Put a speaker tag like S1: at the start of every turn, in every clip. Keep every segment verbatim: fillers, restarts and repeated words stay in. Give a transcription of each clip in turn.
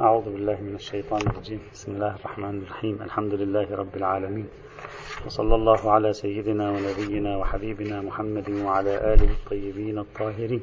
S1: أعوذ بالله من الشيطان الرجيم. بسم الله الرحمن الرحيم. الحمد لله رب العالمين، وصلى الله على سيدنا ونبينا وحبيبنا محمد وعلى آله الطيبين الطاهرين.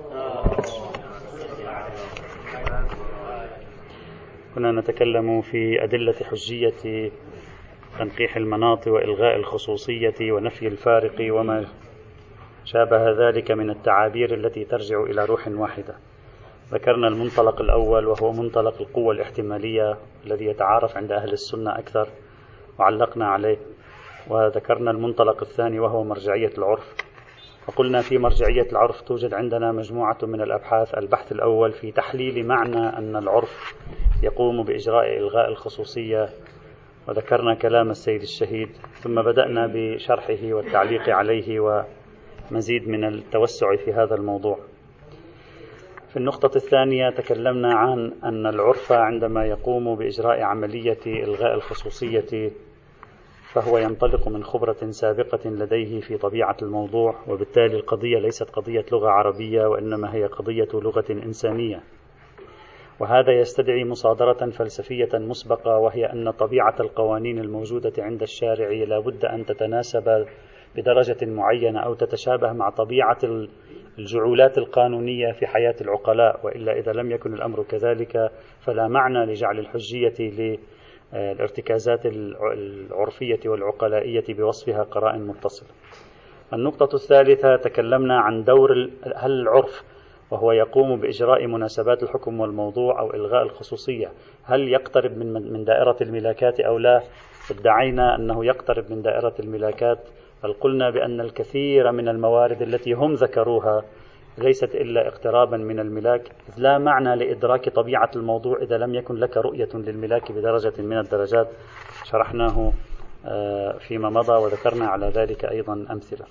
S1: كنا نتكلم في أدلة حجية تنقيح المناط وإلغاء الخصوصية ونفي الفارق وما شابه ذلك من التعابير التي ترجع إلى روح واحدة. ذكرنا المنطلق الأول وهو منطلق القوة الاحتمالية الذي يتعارف عند أهل السنة أكثر وعلقنا عليه، وذكرنا المنطلق الثاني وهو مرجعية العرف. وقلنا في مرجعية العرف توجد عندنا مجموعة من الأبحاث. البحث الأول في تحليل معنى أن العرف يقوم بإجراء إلغاء الخصوصية، وذكرنا كلام السيد الشهيد، ثم بدأنا بشرحه والتعليق عليه ومزيد من التوسع في هذا الموضوع. في النقطة الثانية تكلمنا عن أن العرف عندما يقوم بإجراء عملية إلغاء الخصوصية فهو ينطلق من خبرة سابقة لديه في طبيعة الموضوع، وبالتالي القضية ليست قضية لغة عربية وإنما هي قضية لغة إنسانية. وهذا يستدعي مصادرة فلسفية مسبقة، وهي أن طبيعة القوانين الموجودة عند الشارع لا بد أن تتناسب بدرجة معينة أو تتشابه مع طبيعة الجعولات القانونية في حياة العقلاء، وإلا إذا لم يكن الأمر كذلك فلا معنى لجعل الحجية للارتكازات العرفية والعقلائية بوصفها قرائن متصلة. النقطة الثالثة تكلمنا عن دور هل العرف وهو يقوم بإجراء مناسبات الحكم والموضوع أو إلغاء الخصوصية هل يقترب من من دائرة الملاكات أو لا؟ ادعينا أنه يقترب من دائرة الملاكات، بل قلنا بأن الكثير من الموارد التي هم ذكروها ليست إلا اقترابا من الملاك، إذ لا معنى لإدراك طبيعة الموضوع إذا لم يكن لك رؤية للملاك بدرجة من الدرجات. شرحناه فيما مضى وذكرنا على ذلك أيضا أمثلة.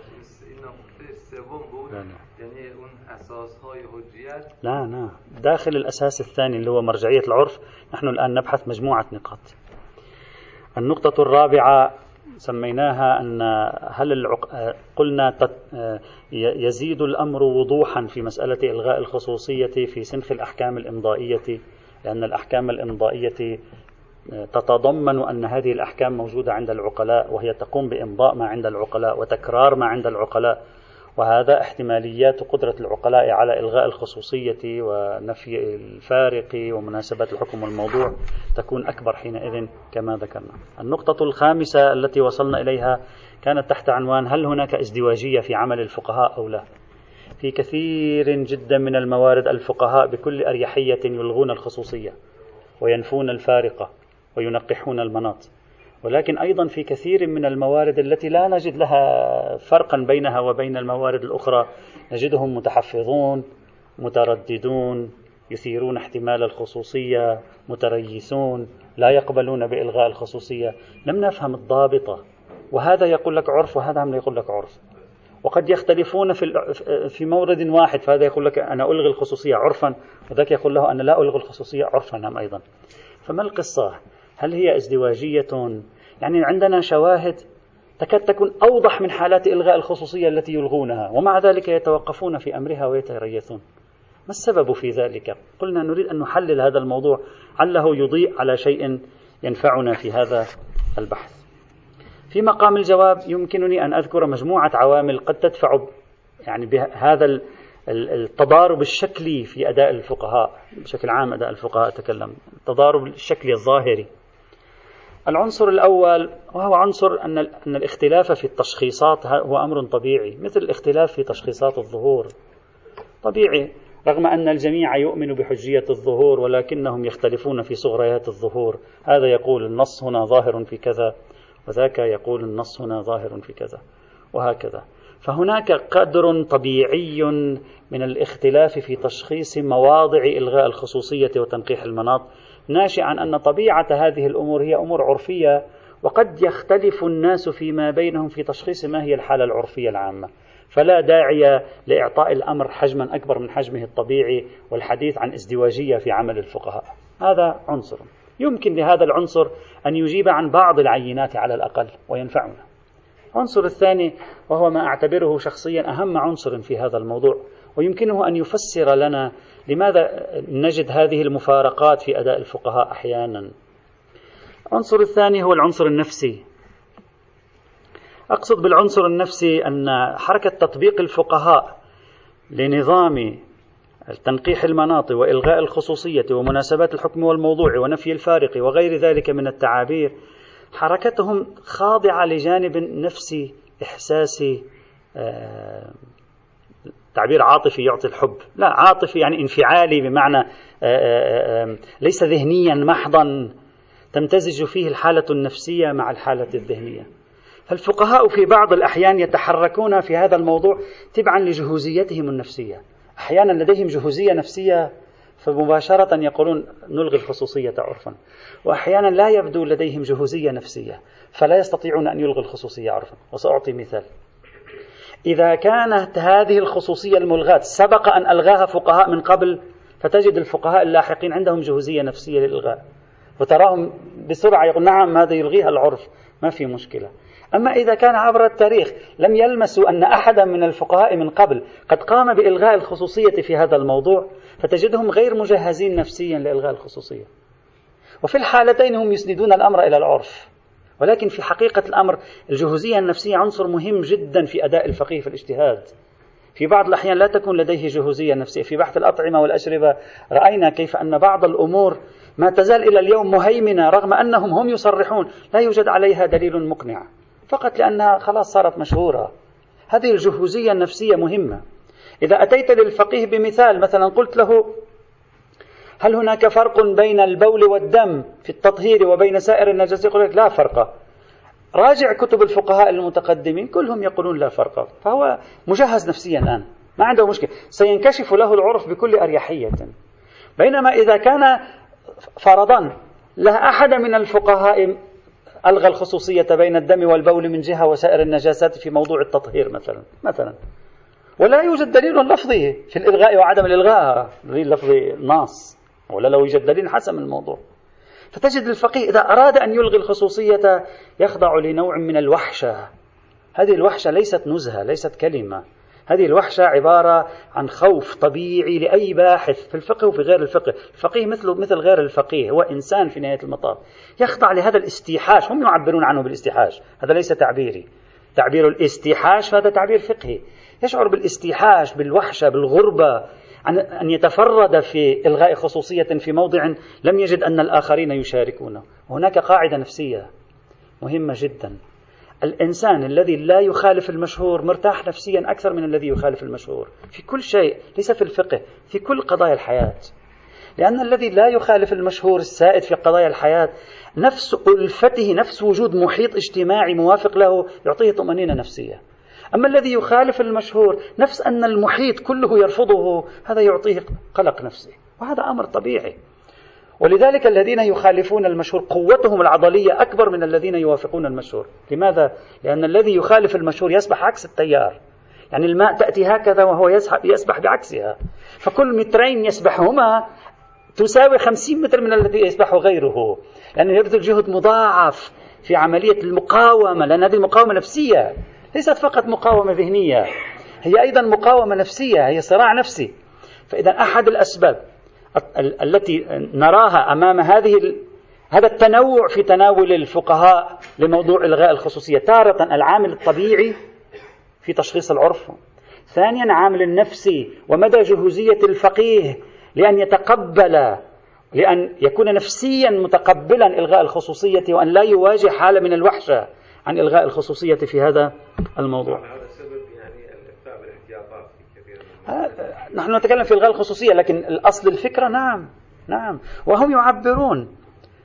S1: لا لا داخل الأساس الثاني اللي هو مرجعية العرف نحن الآن نبحث مجموعة نقاط. النقطة الرابعة سميناها أن هل العق... قلنا يزيد الأمر وضوحا في مسألة إلغاء الخصوصية في سنخ الأحكام الإمضائية، لأن الأحكام الإمضائية تتضمن أن هذه الأحكام موجودة عند العقلاء، وهي تقوم بإمضاء ما عند العقلاء وتكرار ما عند العقلاء، وهذا احتماليات قدرة العقلاء على إلغاء الخصوصية ونفي الفارق ومناسبات الحكم والموضوع تكون أكبر حينئذ كما ذكرنا. النقطة الخامسة التي وصلنا إليها كانت تحت عنوان هل هناك ازدواجية في عمل الفقهاء أو لا. في كثير جدا من الموارد الفقهاء بكل أريحية يلغون الخصوصية وينفون الفارقة وينقحون المناط، ولكن أيضا في كثير من الموارد التي لا نجد لها فرقا بينها وبين الموارد الأخرى نجدهم متحفظون مترددون يثيرون احتمال الخصوصية متريثون لا يقبلون بإلغاء الخصوصية. لم نفهم الضابطة، وهذا يقول لك عرف وهذا عم يقول لك عرف، وقد يختلفون في في مورد واحد، فهذا يقول لك أنا ألغي الخصوصية عرفا وذاك يقول له أنا لا ألغي الخصوصية عرفا هم أيضا. فما القصة؟ هل هي ازدواجية؟ يعني عندنا شواهد تكاد تكون أوضح من حالات إلغاء الخصوصية التي يلغونها، ومع ذلك يتوقفون في أمرها ويتريثون. ما السبب في ذلك؟ قلنا نريد أن نحلل هذا الموضوع علّه يضيء على شيء ينفعنا في هذا البحث. في مقام الجواب يمكنني أن أذكر مجموعة عوامل قد تدفع يعني بهذا التضارب الشكلي في أداء الفقهاء بشكل عام. أداء الفقهاء أتكلم التضارب الشكلي الظاهري. العنصر الأول وهو عنصر أن أن الاختلاف في التشخيصات هو أمر طبيعي، مثل الاختلاف في تشخيصات الظهور طبيعي، رغم أن الجميع يؤمن بحجية الظهور ولكنهم يختلفون في صغريات الظهور. هذا يقول النص هنا ظاهر في كذا وذاك يقول النص هنا ظاهر في كذا وهكذا. فهناك قدر طبيعي من الاختلاف في تشخيص مواضع إلغاء الخصوصية وتنقيح المناط، ناشئ عن أن طبيعة هذه الأمور هي أمور عرفية، وقد يختلف الناس فيما بينهم في تشخيص ما هي الحالة العرفية العامة، فلا داعي لإعطاء الأمر حجما أكبر من حجمه الطبيعي والحديث عن ازدواجية في عمل الفقهاء. هذا عنصر يمكن لهذا العنصر أن يجيب عن بعض العينات على الأقل وينفعنا. العنصر الثاني وهو ما أعتبره شخصيا أهم عنصر في هذا الموضوع، ويمكنه أن يفسر لنا لماذا نجد هذه المفارقات في أداء الفقهاء أحيانا؟ العنصر الثاني هو العنصر النفسي. أقصد بالعنصر النفسي أن حركة تطبيق الفقهاء لنظام التنقيح المناط وإلغاء الخصوصية ومناسبات الحكم والموضوع ونفي الفارق وغير ذلك من التعابير، حركتهم خاضعة لجانب نفسي إحساسي، آه تعبير عاطفي يعطي الحب، لا عاطفي يعني انفعالي، بمعنى آآ آآ ليس ذهنيا محضا تمتزج فيه الحالة النفسية مع الحالة الذهنية. فالفقهاء في بعض الأحيان يتحركون في هذا الموضوع تبعا لجهوزيتهم النفسية. أحيانا لديهم جهوزية نفسية فمباشرة يقولون نلغي الخصوصية عرفا، وأحيانا لا يبدو لديهم جهوزية نفسية فلا يستطيعون أن يلغوا الخصوصية عرفا. وسأعطي مثال. إذا كانت هذه الخصوصية الملغاة سبق أن ألغاها فقهاء من قبل، فتجد الفقهاء اللاحقين عندهم جهوزية نفسية للإلغاء، وتراهم بسرعة يقول نعم هذا يلغيها العرف، ما في مشكلة. أما إذا كان عبر التاريخ لم يلمسوا أن أحدا من الفقهاء من قبل قد قام بإلغاء الخصوصية في هذا الموضوع، فتجدهم غير مجهزين نفسيا لإلغاء الخصوصية. وفي الحالتين هم يسندون الأمر إلى العرف، ولكن في حقيقة الأمر الجهوزية النفسية عنصر مهم جدا في أداء الفقيه في الاجتهاد. في بعض الأحيان لا تكون لديه جهوزية نفسية. في بحث الأطعمة والأشربة رأينا كيف أن بعض الأمور ما تزال إلى اليوم مهيمنة رغم أنهم هم يصرحون لا يوجد عليها دليل مقنع، فقط لأنها خلاص صارت مشهورة. هذه الجهوزية النفسية مهمة. إذا أتيت للفقيه بمثال، مثلا قلت له هل هناك فرق بين البول والدم في التطهير وبين سائر النجاسات؟ يقول لك لا فرق. راجع كتب الفقهاء المتقدمين كلهم يقولون لا فرق. فهو مجهز نفسيا الآن، ما عنده مشكلة، سينكشف له العرف بكل أريحية. بينما إذا كان فرضا لا أحد من الفقهاء ألغى الخصوصية بين الدم والبول من جهة وسائر النجاسات في موضوع التطهير مثلا مثلا ولا يوجد دليل لفظي في الإلغاء وعدم الإلغاء، دليل لفظي ناص، ولا لو يوجد دليل حسم الموضوع. فتجد الفقيه إذا أراد أن يلغي الخصوصية يخضع لنوع من الوحشة. هذه الوحشة ليست نزهة، ليست كلمة، هذه الوحشة عبارة عن خوف طبيعي لأي باحث في الفقه وفي غير الفقه. الفقيه مثله مثل غير الفقيه، هو إنسان في نهاية المطاف، يخضع لهذا الاستيحاش. هم يعبرون عنه بالاستيحاش، هذا ليس تعبيري. تعبير الاستيحاش هذا تعبير فقهي، يشعر بالاستيحاش، بالوحشة، بالغربة، عن أن يتفرد في إلغاء خصوصية في موضع لم يجد أن الآخرين يشاركونه. هناك قاعدة نفسية مهمة جدا: الإنسان الذي لا يخالف المشهور مرتاح نفسيا أكثر من الذي يخالف المشهور في كل شيء، ليس في الفقه، في كل قضايا الحياة. لأن الذي لا يخالف المشهور السائد في قضايا الحياة نفس ألفته، نفس وجود محيط اجتماعي موافق له يعطيه طمأنينة نفسية. أما الذي يخالف المشهور نفس أن المحيط كله يرفضه، هذا يعطيه قلق نفسي، وهذا أمر طبيعي. ولذلك الذين يخالفون المشهور قوتهم العضلية أكبر من الذين يوافقون المشهور. لماذا؟ لأن الذي يخالف المشهور يسبح عكس التيار، يعني الماء تأتي هكذا وهو يسبح بعكسها، فكل مترين يسبحهما تساوي خمسين متر من الذي يسبحه غيره، لأنه يبذل جهد مضاعف في عملية المقاومة، لأن هذه المقاومة نفسية، ليست فقط مقاومة ذهنية، هي أيضا مقاومة نفسية، هي صراع نفسي. فإذا أحد الأسباب التي نراها أمام هذه هذا التنوع في تناول الفقهاء لموضوع إلغاء الخصوصية: تارة العامل الطبيعي في تشخيص العرف، ثانيا عامل النفسي ومدى جهوزية الفقيه لأن يتقبل، لأن يكون نفسيا متقبلا إلغاء الخصوصية، وأن لا يواجه حالة من الوحشة عن إلغاء الخصوصية في هذا الموضوع.
S2: هذا السبب يعني الإخفاء بالاحتياطات في كثير من
S1: نحن نتكلم في إلغاء الخصوصية، لكن الأصل الفكرة نعم نعم وهم يعبرون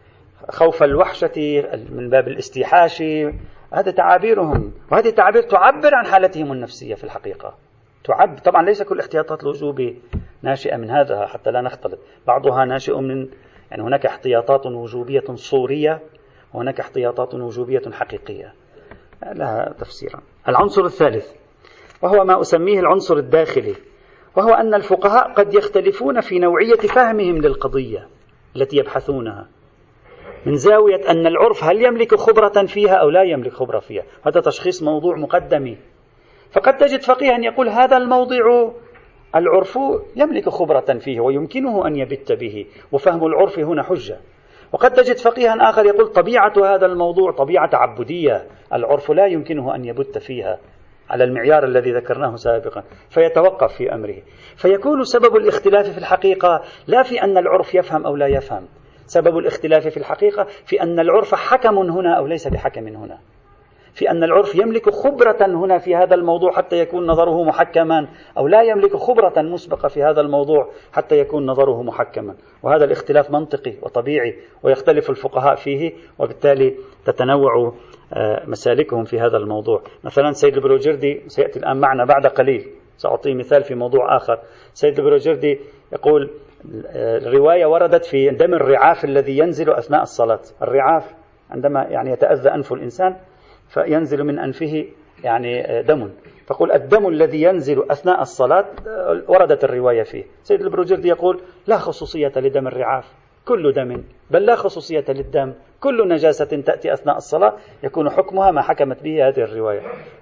S1: خوف الوحشة من باب الاستيحاش، هذا تعابيرهم، وهذه تعابير تعبر عن حالتهم النفسية في الحقيقة. تعب طبعا ليس كل احتياطات الوجوب ناشئة من هذا حتى لا نختلط، بعضها ناشئ من يعني هناك احتياطات وجوبية صورية وهناك احتياطات وجوبية حقيقية لها تفسيرا. العنصر الثالث وهو ما أسميه العنصر الداخلي، وهو أن الفقهاء قد يختلفون في نوعية فهمهم للقضية التي يبحثونها، من زاوية أن العرف هل يملك خبرة فيها أو لا يملك خبرة فيها. هذا تشخيص موضوع مقدمي. فقد تجد فقيها يقول هذا الموضع العرف يملك خبرة فيه ويمكنه أن يبت به، وفهم العرف هنا حجة. وقد تجد فقيها آخر يقول طبيعة هذا الموضوع طبيعة تعبدية، العرف لا يمكنه أن يبت فيها على المعيار الذي ذكرناه سابقا، فيتوقف في أمره. فيكون سبب الاختلاف في الحقيقة لا في أن العرف يفهم أو لا يفهم، سبب الاختلاف في الحقيقة في أن العرف حكم هنا أو ليس بحكم هنا، في أن العرف يملك خبرة هنا في هذا الموضوع حتى يكون نظره محكما، أو لا يملك خبرة مسبقة في هذا الموضوع حتى يكون نظره محكما. وهذا الاختلاف منطقي وطبيعي، ويختلف الفقهاء فيه، وبالتالي تتنوع مسالكهم في هذا الموضوع. مثلا سيد البروجردي سيأتي الآن معنا بعد قليل، سأعطي مثال في موضوع آخر. سيد البروجردي يقول الرواية وردت في دم الرعاف الذي ينزل أثناء الصلاة. الرعاف عندما يعني يتأذى أنف الإنسان فينزل من أنفه يعني دم، فقل الدم الذي ينزل أثناء الصلاة وردت الرواية فيه. سيد البروجردي يقول لا خصوصية لدم الرعاف، كل دم، بل لا خصوصية للدم، كل نجاسة تأتي أثناء الصلاة يكون حكمها ما حكمت به هذه الرواية.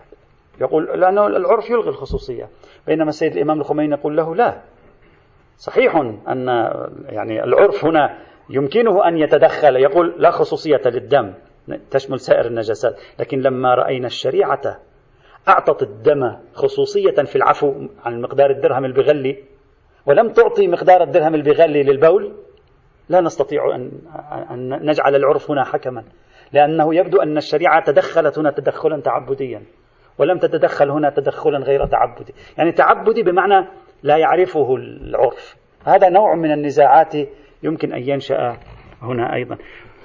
S1: يقول لأنه العرف يلغي الخصوصية. بينما السيد الإمام الخميني يقول له لا، صحيح أن يعني العرف هنا يمكنه أن يتدخل، يقول لا خصوصية للدم تشمل سائر النجاسات، لكن لما رأينا الشريعة أعطت الدم خصوصية في العفو عن مقدار الدرهم البغلي ولم تعطي مقدار الدرهم البغلي للبول، لا نستطيع أن, أن نجعل العرف هنا حكما، لأنه يبدو أن الشريعة تدخلت هنا تدخلا تعبديا ولم تتدخل هنا تدخلا غير تعبدي، يعني تعبدي بمعنى لا يعرفه العرف. هذا نوع من النزاعات يمكن أن ينشأ هنا أيضا.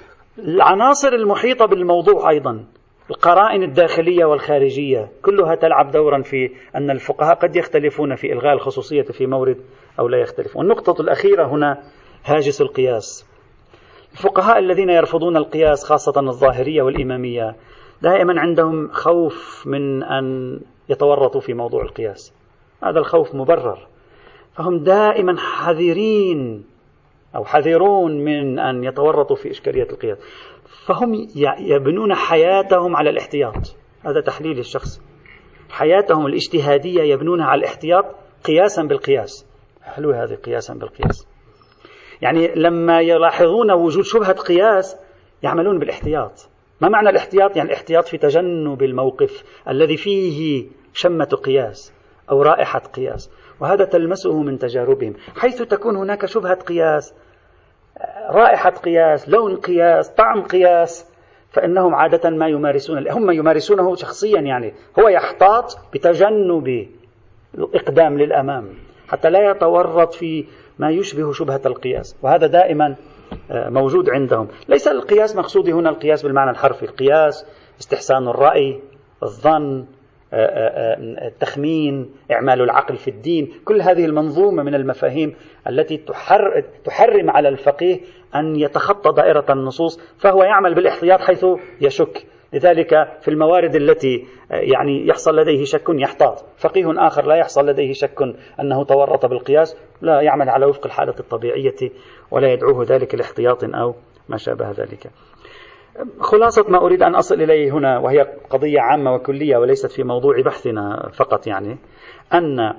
S1: العناصر المحيطة بالموضوع أيضا، القرائن الداخلية والخارجية، كلها تلعب دورا في أن الفقهاء قد يختلفون في إلغاء الخصوصية في مورد أو لا يختلفون. والنقطة الأخيرة هنا هاجس القياس. الفقهاء الذين يرفضون القياس خاصة الظاهرية والإمامية دائما عندهم خوف من أن يتورطوا في موضوع القياس، هذا الخوف مبرر، فهم دائما حذرين أو حذرون من أن يتورطوا في إشكالية القياس، فهم يبنون حياتهم على الاحتياط. هذا تحليل الشخص، حياتهم الاجتهادية يبنونها على الاحتياط قياسا بالقياس. حلو هذه قياسا بالقياس، يعني لما يلاحظون وجود شبهة قياس يعملون بالاحتياط. ما معنى الاحتياط؟ يعني الاحتياط في تجنب الموقف الذي فيه شمة قياس أو رائحة قياس، وهذا تلمسه من تجاربهم. حيث تكون هناك شبهة قياس، رائحة قياس، لون قياس، طعم قياس، فإنهم عادة ما يمارسون، هم يمارسونه شخصيا، يعني هو يحتاط بتجنب الإقدام للأمام حتى لا يتورط في ما يشبه شبهة القياس، وهذا دائما موجود عندهم. ليس القياس مقصودي هنا القياس بالمعنى الحرفي، القياس استحسان الرأي، الظن، التخمين، إعمال العقل في الدين، كل هذه المنظومة من المفاهيم التي تحر تحرم على الفقيه أن يتخطى دائرة النصوص، فهو يعمل بالاحتياط حيث يشك. لذلك في الموارد التي يعني يحصل لديه شك يحتاط. فقيه آخر لا يحصل لديه شك أنه تورط بالقياس، لا، يعمل على وفق الحالة الطبيعية ولا يدعوه ذلك لاحتياط أو ما شابه ذلك. خلاصة ما أريد أن أصل إليه هنا، وهي قضية عامة وكلية وليست في موضوع بحثنا فقط، يعني أن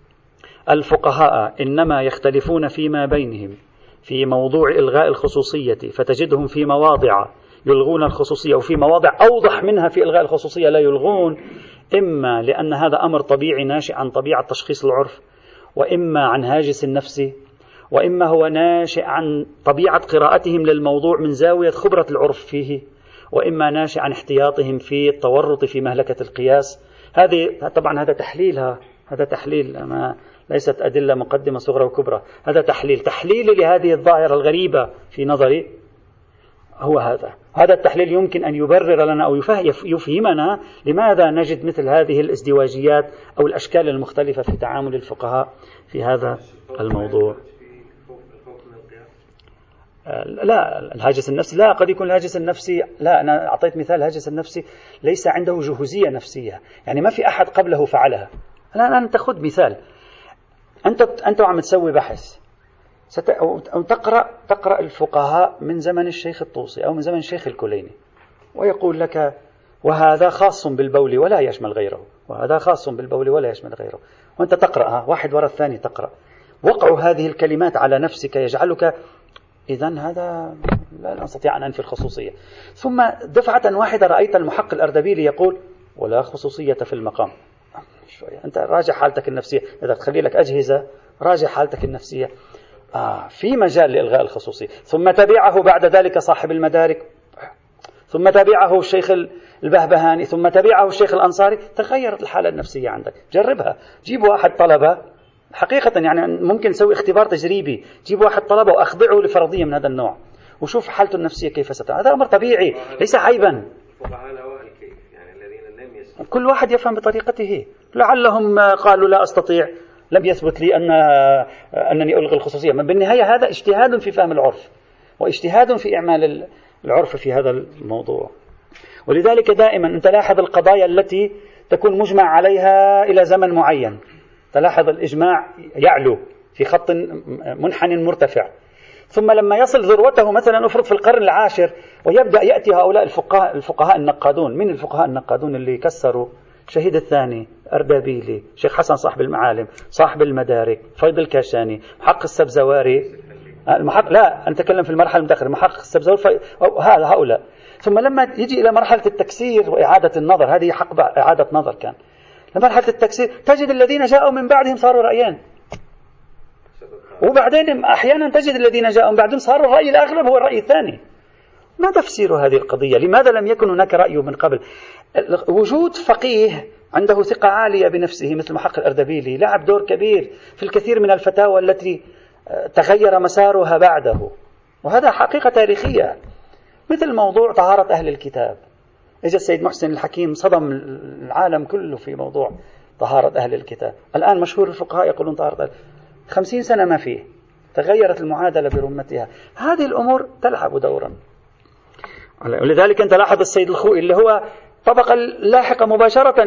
S1: الفقهاء إنما يختلفون فيما بينهم في موضوع إلغاء الخصوصية، فتجدهم في مواضع يلغون الخصوصية وفي مواضع أوضح منها في إلغاء الخصوصية لا يلغون، إما لأن هذا أمر طبيعي ناشئ عن طبيعة تشخيص العرف، وإما عن هاجس النفس، وإما هو ناشئ عن طبيعة قراءتهم للموضوع من زاوية خبرة العرف فيه، وإما ناشئ عن احتياطهم في التورط في مهلكة القياس. هذه طبعا هذا تحليلها، هذا تحليل، ما ليست أدلة مقدمة صغرى وكبرى، هذا تحليل تحليل لهذه الظاهرة الغريبة في نظري. هو هذا هذا التحليل يمكن أن يبرر لنا أو يفهمنا لماذا نجد مثل هذه الازدواجيات أو الأشكال المختلفة في تعامل الفقهاء في هذا الموضوع. لا، الهاجس النفسي لا، قد يكون الهاجس النفسي، لا، أنا أعطيت مثال الهاجس النفسي ليس عنده جهوزية نفسية، يعني ما في أحد قبله فعلها. لا، أنت خذ مثال، أنت أنت عم تسوي بحث ست... أو تقرأ تقرأ الفقهاء من زمن الشيخ الطوسي أو من زمن الشيخ الكليني، ويقول لك وهذا خاص بالبول ولا يشمل غيره، وهذا خاص بالبول ولا يشمل غيره، وأنت تقرأها واحد وراء الثاني تقرأ، وقع هذه الكلمات على نفسك يجعلك إذن هذا لا نستطيع أن ننفي الخصوصية. ثم دفعة واحدة رأيت المحقق الأردبيلي يقول ولا خصوصية في المقام. شوية أنت راجع حالتك النفسية، إذا تخلي لك أجهزة راجع حالتك النفسية. آه في مجال لإلغاء الخصوصية. ثم تبعه بعد ذلك صاحب المدارك، ثم تبعه الشيخ البهبهاني، ثم تبعه الشيخ الأنصاري. تغيرت الحالة النفسية عندك، جربها. جيب واحد طلبة حقيقة، يعني ممكن نسوي اختبار تجريبي، جيب واحد طلبة وأخضعه لفرضية من هذا النوع وشوف حالته النفسية كيف ستكون. هذا أمر طبيعي ليس عيبا. كل واحد يفهم بطريقته، لعلهم قالوا لا أستطيع، لم يثبت لي أن أنني ألغي الخصوصية. من بالنهاية هذا اجتهاد في فهم العرف واجتهاد في إعمال العرف في هذا الموضوع. ولذلك دائما أنت لاحظ القضايا التي تكون مجمع عليها إلى زمن معين، تلاحظ الإجماع يعلو في خط منحن مرتفع، ثم لما يصل ذروته مثلا أفرض في القرن العاشر ويبدأ يأتي هؤلاء الفقهاء الفقهاء النقادون. من الفقهاء النقادون اللي كسروا؟ شهيد الثاني، أردبيلي، شيخ حسن صاحب المعالم، صاحب المدارك، فيض الكاشاني، محقق السبزواري، المحقق لا أنت تكلم في المرحلة المتأخرة، محقق السبزواري، هذا هؤلاء. ثم لما يجي إلى مرحلة التكسير وإعادة النظر، هذه حقبة إعادة نظر كان، لمرحلة التكسير تجد الذين جاءوا من بعدهم صاروا رأيان، وبعدين أحيانا تجد الذين جاءوا من بعدهم صاروا الرأي الأغلب هو الرأي الثاني. ما تفسير هذه القضية؟ لماذا لم يكن هناك رأي من قبل؟ وجود فقيه عنده ثقة عالية بنفسه مثل محقق الأردبيلي لعب دور كبير في الكثير من الفتاوى التي تغير مسارها بعده، وهذا حقيقة تاريخية. مثل موضوع طهارة أهل الكتاب، إجا السيد محسن الحكيم صدم العالم كله في موضوع طهارة أهل الكتاب. الآن مشهور الفقهاء يقولون طهارة أهل خمسين سنة ما فيه، تغيرت المعادلة برمتها. هذه الأمور تلعب دورا. ولذلك أنت لاحظ السيد الخوئي اللي هو طبقة لاحقة مباشرة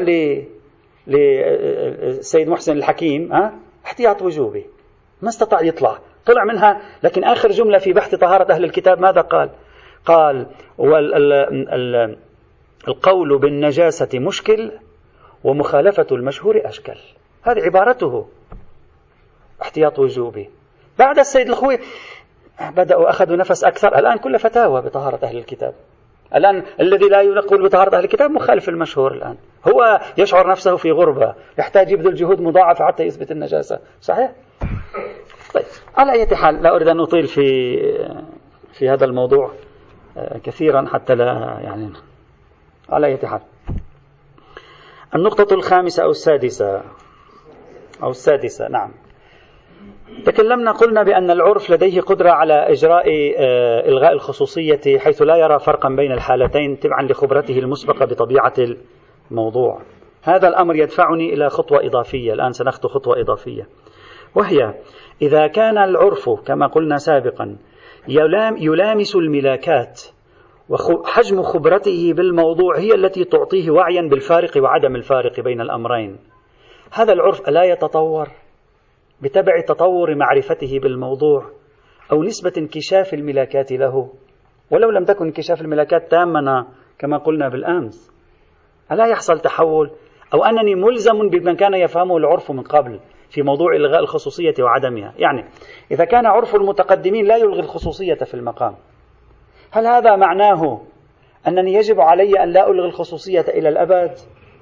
S1: للسيد محسن الحكيم، ها احتياط وجوبي، ما استطاع يطلع، طلع منها. لكن آخر جملة في بحث طهارة أهل الكتاب ماذا قال؟ قال القول بالنجاسة مشكل ومخالفة المشهور أشكل. هذه عبارته، احتياط وجوبي. بعد السيد الخوئي بدأوا أخذوا نفس أكثر، الآن كل فتاوى بطهارة أهل الكتاب. الآن الذي لا يقول بطهارة أهل الكتاب مخالف المشهور، الآن هو يشعر نفسه في غربة، يحتاج يبذل جهود مضاعفة حتى يثبت النجاسة. صحيح؟ طيب، على أي حال لا أريد أن أطيل في في هذا الموضوع كثيرا حتى لا يعني. على أي حال، النقطة الخامسة أو السادسة أو السادسة نعم، تكلمنا قلنا بأن العرف لديه قدرة على إجراء إلغاء الخصوصية حيث لا يرى فرقا بين الحالتين تبعا لخبرته المسبقة بطبيعة الموضوع. هذا الأمر يدفعني إلى خطوة إضافية، الآن سنخطو خطوة إضافية، وهي إذا كان العرف كما قلنا سابقا يلام يلامس الملاكات وحجم خبرته بالموضوع هي التي تعطيه وعيا بالفارق وعدم الفارق بين الأمرين، هذا العرف ألا يتطور بتبع تطور معرفته بالموضوع أو نسبة انكشاف الملاكات له، ولو لم تكن انكشاف الملاكات تامنا كما قلنا بالأمس؟ ألا يحصل تحول؟ أو أنني ملزم بما كان يفهمه العرف من قبل في موضوع إلغاء الخصوصية وعدمها؟ يعني إذا كان عرف المتقدمين لا يلغي الخصوصية في المقام، هل هذا معناه أنني يجب علي أن لا ألغي الخصوصية إلى الأبد؟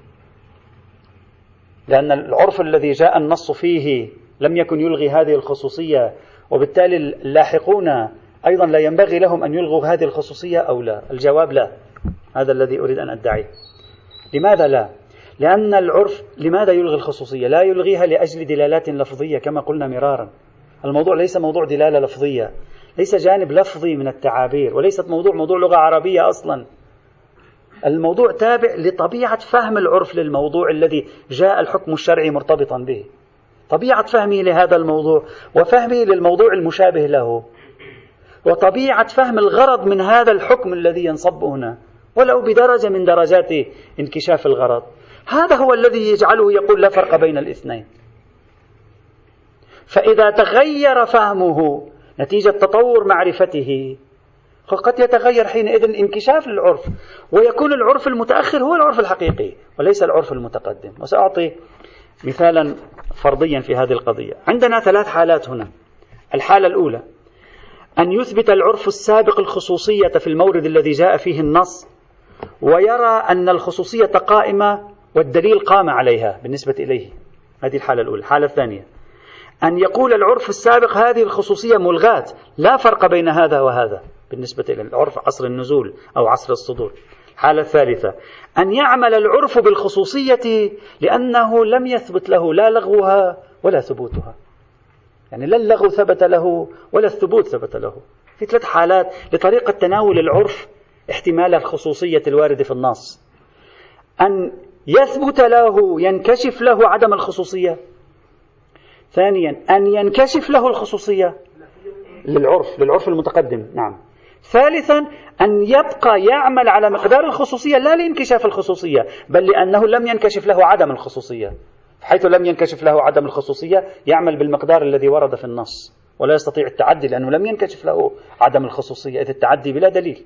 S1: لأن العرف الذي جاء النص فيه لم يكن يلغي هذه الخصوصية، وبالتالي اللاحقون أيضا لا ينبغي لهم أن يلغوا هذه الخصوصية أو لا؟ الجواب لا، هذا الذي أريد أن أدعيه. لماذا لا؟ لأن العرف لماذا يلغي الخصوصية؟ لا يلغيها لأجل دلالات لفظية كما قلنا مرارا. الموضوع ليس موضوع دلالة لفظية، ليس جانب لفظي من التعابير، وليست موضوع موضوع لغة عربية أصلا. الموضوع تابع لطبيعة فهم العرف للموضوع الذي جاء الحكم الشرعي مرتبطا به، طبيعة فهمه لهذا الموضوع وفهمه للموضوع المشابه له، وطبيعة فهم الغرض من هذا الحكم الذي ينصب هنا ولو بدرجة من درجات انكشاف الغرض. هذا هو الذي يجعله يقول لا فرق بين الاثنين. فإذا تغير فهمه نتيجة تطور معرفته قد يتغير حينئذ انكشاف للعرف، ويكون العرف المتأخر هو العرف الحقيقي وليس العرف المتقدم. وسأعطي مثالا فرضيا في هذه القضية. عندنا ثلاث حالات هنا. الحالة الأولى أن يثبت العرف السابق الخصوصية في المورد الذي جاء فيه النص، ويرى أن الخصوصية قائمة والدليل قام عليها بالنسبة إليه. هذه الحالة الأولى. الحالة الثانية أن يقول العرف السابق هذه الخصوصية ملغاة، لا فرق بين هذا وهذا بالنسبة إلى العرف عصر النزول أو عصر الصدور. الحالة الثالثة أن يعمل العرف بالخصوصية لأنه لم يثبت له لا لغوها ولا ثبوتها، يعني لا اللغو ثبت له ولا الثبوت ثبت له. في ثلاث حالات لطريقة تناول العرف احتمال الخصوصية الواردة في النص: أن يثبت له ينكشف له عدم الخصوصية، ثانيا أن ينكشف له الخصوصية للعرف للعرف المتقدم، نعم، ثالثا أن يبقى يعمل على مقدار الخصوصية لا لانكشاف الخصوصية بل لأنه لم ينكشف له عدم الخصوصية، حيث لم ينكشف له عدم الخصوصية يعمل بالمقدار الذي ورد في النص ولا يستطيع التعدي لأنه لم ينكشف له عدم الخصوصية، إذ التعدي بلا دليل.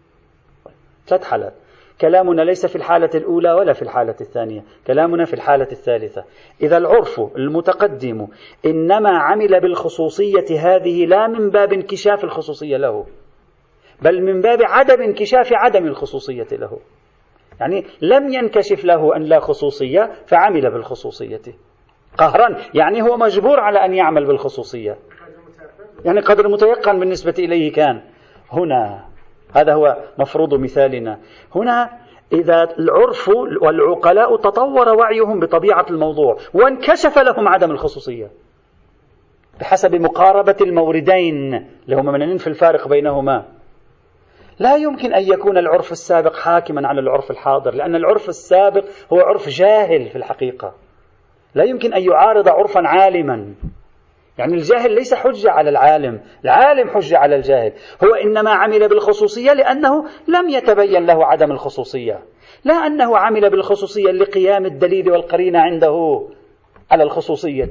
S1: ثلاث حالات. كلامنا ليس في الحالة الأولى ولا في الحالة الثانية، كلامنا في الحالة الثالثة. إذا العرف المتقدم إنما عمل بالخصوصية هذه لا من باب انكشاف الخصوصية له بل من باب عدم انكشاف عدم الخصوصية له، يعني لم ينكشف له أن لا خصوصية فعمل بالخصوصية قهرا، يعني هو مجبور على أن يعمل بالخصوصية، يعني قدر متيقن بالنسبة إليه كان. هنا هذا هو مفروض مثالنا. هنا إذا العرف والعقلاء تطور وعيهم بطبيعة الموضوع وانكشف لهم عدم الخصوصية بحسب مقاربة الموردين اللي هم منين في الفارق بينهما، لا يمكن أن يكون العرف السابق حاكما على العرف الحاضر، لأن العرف السابق هو عرف جاهل في الحقيقة، لا يمكن أن يعارض عرفا عالما. يعني الجاهل ليس حجة على العالم، العالم حجة على الجاهل. هو إنما عمل بالخصوصية لأنه لم يتبين له عدم الخصوصية، لا أنه عمل بالخصوصية لقيام الدليل والقرينة عنده على الخصوصية.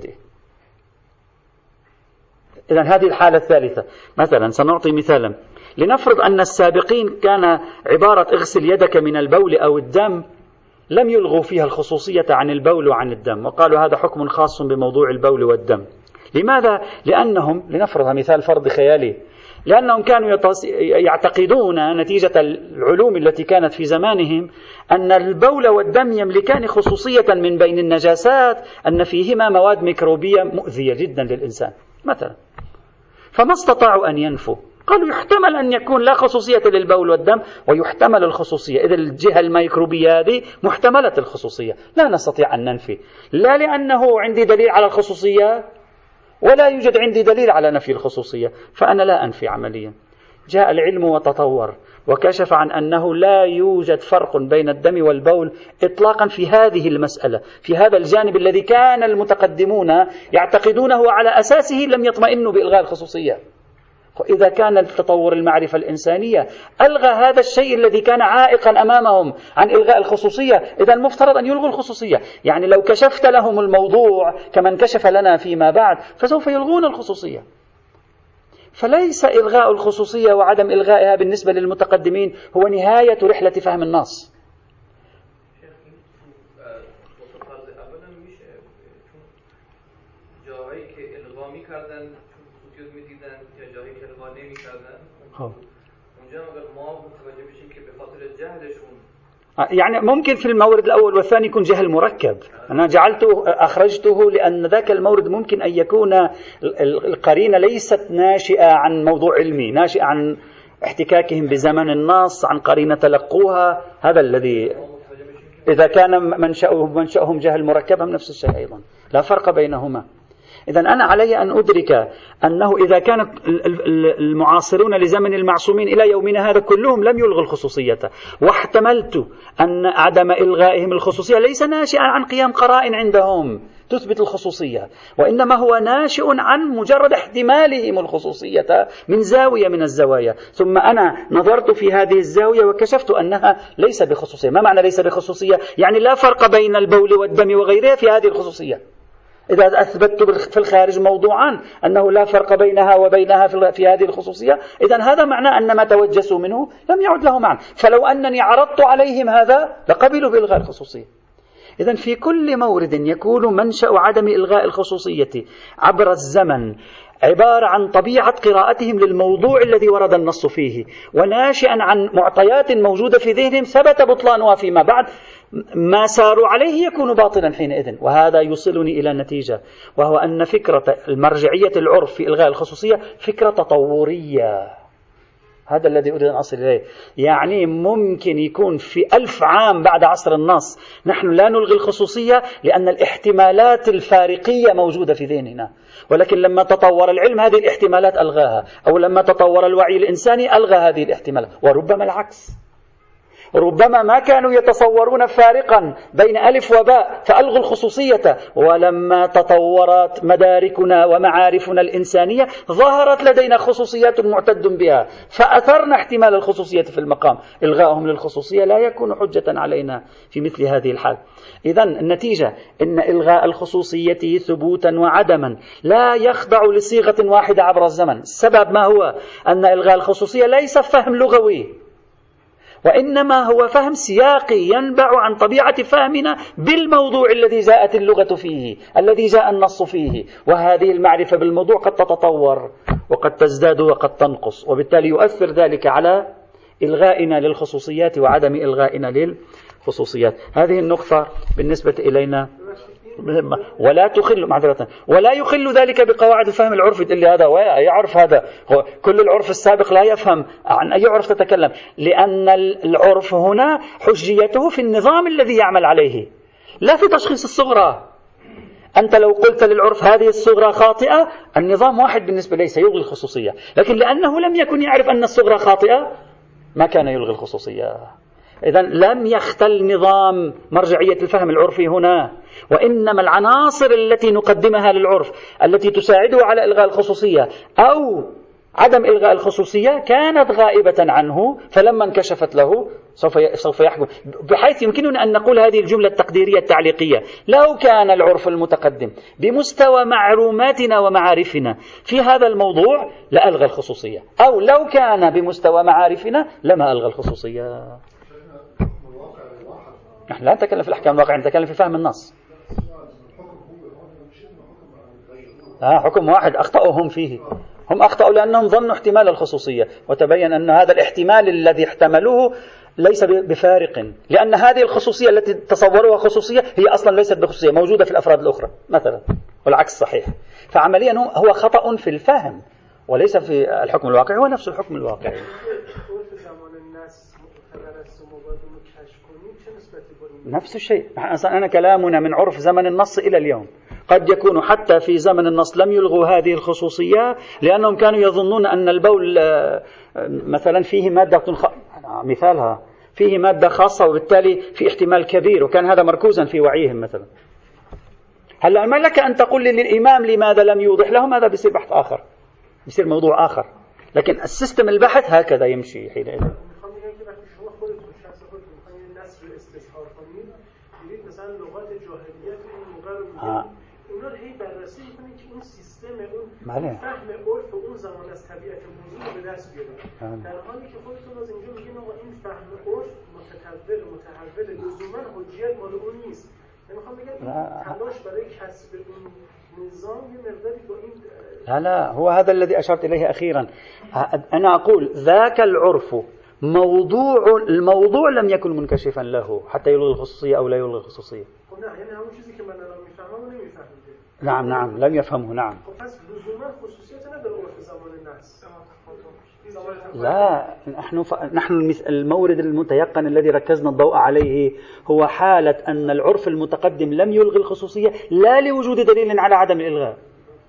S1: إذن هذه الحالة الثالثة. مثلا سنعطي مثالا، لنفرض أن السابقين كان عبارة اغسل يدك من البول أو الدم، لم يلغوا فيها الخصوصية عن البول وعن الدم، وقالوا هذا حكم خاص بموضوع البول والدم. لماذا؟ لأنهم، لنفرض مثال فرض خيالي، لأنهم كانوا يعتقدون نتيجة العلوم التي كانت في زمانهم أن البول والدم يملكان خصوصية من بين النجاسات أن فيهما مواد ميكروبية مؤذية جدا للإنسان مثلا، فما استطاعوا أن ينفوا، قالوا يحتمل أن يكون لا خصوصية للبول والدم ويحتمل الخصوصية، إذا الجهة الميكروبية هذه محتملة الخصوصية، لا نستطيع أن ننفي، لا لأنه عندي دليل على الخصوصية ولا يوجد عندي دليل على نفي الخصوصية، فأنا لا أنفي عمليا. جاء العلم وتطور وكشف عن أنه لا يوجد فرق بين الدم والبول إطلاقا في هذه المسألة، في هذا الجانب الذي كان المتقدمون يعتقدونه على أساسه لم يطمئنوا بإلغاء الخصوصية. إذا كان التطور المعرفة الإنسانية ألغى هذا الشيء الذي كان عائقا أمامهم عن إلغاء الخصوصية، إذا المفترض أن يلغوا الخصوصية. يعني لو كشفت لهم الموضوع كما انكشف لنا فيما بعد فسوف يلغون الخصوصية. فليس إلغاء الخصوصية وعدم إلغائها بالنسبة للمتقدمين هو نهاية رحلة فهم النص. يعني ممكن في المورد الأول والثاني يكون جهل مركب، أنا جعلته أخرجته لأن ذاك المورد ممكن أن يكون القرينة ليست ناشئة عن موضوع علمي، ناشئة عن احتكاكهم بزمن النص، عن قرينة تلقوها، هذا الذي إذا كان منشأهم منشأهم جهل مركب هم نفس الشيء أيضا، لا فرق بينهما. إذن أنا علي أن أدرك أنه إذا كان المعاصرون لزمن المعصومين إلى يومنا هذا كلهم لم يلغوا الخصوصية، واحتملت أن عدم إلغائهم الخصوصية ليس ناشئا عن قيام قرائن عندهم تثبت الخصوصية، وإنما هو ناشئ عن مجرد احتمالهم الخصوصية من زاوية من الزوايا، ثم أنا نظرت في هذه الزاوية وكشفت أنها ليس بخصوصية. ما معنى ليس بخصوصية؟ يعني لا فرق بين البول والدم وغيرها في هذه الخصوصية. إذا أثبتت في الخارج موضوعا أنه لا فرق بينها وبينها في هذه الخصوصية، إذن هذا معناه أن ما توجسوا منه لم يعد له معنى. فلو أنني عرضت عليهم هذا لقبلوا بإلغاء الخصوصية. إذن في كل مورد يكون منشأ عدم إلغاء الخصوصية عبر الزمن عبارة عن طبيعة قراءتهم للموضوع الذي ورد النص فيه، وناشئا عن معطيات موجودة في ذهنهم ثبت بطلانها فيما بعد، ما ساروا عليه يكون باطلا حينئذ. وهذا يوصلني إلى نتيجة، وهو أن فكرة المرجعية العرف في إلغاء الخصوصية فكرة تطورية. هذا الذي أريد أن أصل إليه. يعني ممكن يكون في ألف عام بعد عصر النص نحن لا نلغي الخصوصية لأن الاحتمالات الفارقية موجودة في ذهننا، ولكن لما تطور العلم هذه الاحتمالات ألغاها، أو لما تطور الوعي الإنساني ألغى هذه الاحتمالات، وربما العكس. ربما ما كانوا يتصورون فارقا بين ألف وباء فألغوا الخصوصية، ولما تطورت مداركنا ومعارفنا الإنسانية ظهرت لدينا خصوصيات معتد بها فأثرنا احتمال الخصوصية في المقام. إلغاؤهم للخصوصية لا يكون حجة علينا في مثل هذه الحال. إذن النتيجة إن إلغاء الخصوصية ثبوتا وعدما لا يخضع لصيغة واحدة عبر الزمن. السبب ما هو؟ أن إلغاء الخصوصية ليس فهم لغوي، وإنما هو فهم سياقي ينبع عن طبيعة فهمنا بالموضوع الذي جاءت اللغة فيه، الذي جاء النص فيه. وهذه المعرفة بالموضوع قد تتطور وقد تزداد وقد تنقص، وبالتالي يؤثر ذلك على إلغائنا للخصوصيات وعدم إلغائنا للخصوصيات. هذه النقطة بالنسبة إلينا مهمة، ولا تخل معذرة ولا يخل ذلك بقواعد الفهم العرفي. اللي هذا يعرف هذا كل العرف السابق لا يفهم عن أي عرف تتكلم، لأن العرف هنا حجيته في النظام الذي يعمل عليه لا في تشخيص الصغرى. أنت لو قلت للعرف هذه الصغرى خاطئة، النظام واحد بالنسبة ليس يلغي الخصوصية، لكن لأنه لم يكن يعرف أن الصغرى خاطئة ما كان يلغي الخصوصية. إذن لم يختل نظام مرجعية الفهم العرفي هنا، وإنما العناصر التي نقدمها للعرف التي تساعده على إلغاء الخصوصية أو عدم إلغاء الخصوصية كانت غائبة عنه، فلما انكشفت له سوف سوف يحكم. بحيث يمكننا أن نقول هذه الجملة التقديرية التعليقية: لو كان العرف المتقدم بمستوى معلوماتنا ومعارفنا في هذا الموضوع لألغى الخصوصية، أو لو كان بمستوى معارفنا لما ألغى الخصوصية. نحن لا نتكلم في الأحكام الواقعية، نتكلم في فهم النص. آه حكم واحد أخطأوا هم فيه، هم أخطأوا لأنهم ظنوا احتمال الخصوصية، وتبين أن هذا الاحتمال الذي احتملوه ليس بفارق، لأن هذه الخصوصية التي تصوروها خصوصية هي أصلا ليست بخصوصية، موجودة في الأفراد الأخرى مثلا، والعكس صحيح. فعمليا هو خطأ في الفهم وليس في الحكم الواقعي، هو نفس الحكم الواقعي. نفس الشيء. أنا كلامنا من عرف زمن النص إلى اليوم. قد يكون حتى في زمن النص لم يلغوا هذه الخصوصية لأنهم كانوا يظنون أن البول مثلا فيه مادة خ... مثالها فيه مادة خاصة وبالتالي في احتمال كبير، وكان هذا مركوزا في وعيهم مثلا. هلا ما لك أن تقول لي للإمام لماذا لم يوضح لهم؟ هذا بيصير بحث آخر، بيصير موضوع آخر، لكن السيستم البحث هكذا يمشي حينئذ. آه.
S3: اونا رو هی بررسی میکنید که اون سیستم اون
S1: بله.
S3: فهم عرف اون زمان از طبیعت موضوع به دست بیارید، در حالی که خودتون از اینجا میگین آقا این فهم عرف متکبر متحول لزوما حجیت مال اون نیست. نمیخوام بگم تلاش برای کسب اون نظام یه مقداری با این
S1: لا لا هو هذا الذي أشرت إليه أخيرا. أنا أقول ذاك العرف موضوع الموضوع لم يكن منكشفا له حتى يلغي الخصوصية أو لا يلغي الخصوصية. نعم نعم لم يفهمه. نعم لا نحن ف... نحن المورد المتيقن الذي ركزنا الضوء عليه هو حالة أن العرف المتقدم لم يلغي الخصوصية لا لوجود دليل على عدم الإلغاء،